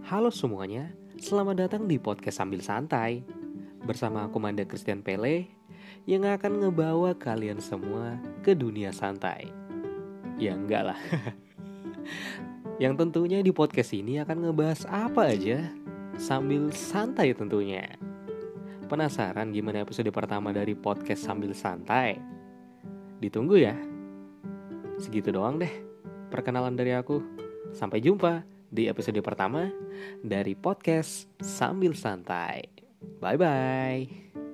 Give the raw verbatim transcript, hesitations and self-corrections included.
Halo semuanya, selamat datang di podcast Sambil Santai bersama aku Manda Christian Pele yang akan ngebawa kalian semua ke dunia santai. Ya enggak lah. Yang tentunya di podcast ini akan ngebahas apa aja sambil santai tentunya. Penasaran gimana episode pertama dari podcast Sambil Santai? Ditunggu ya. Segitu doang deh perkenalan dari aku. Sampai jumpa di episode pertama dari podcast Sambil Santai. Bye-bye.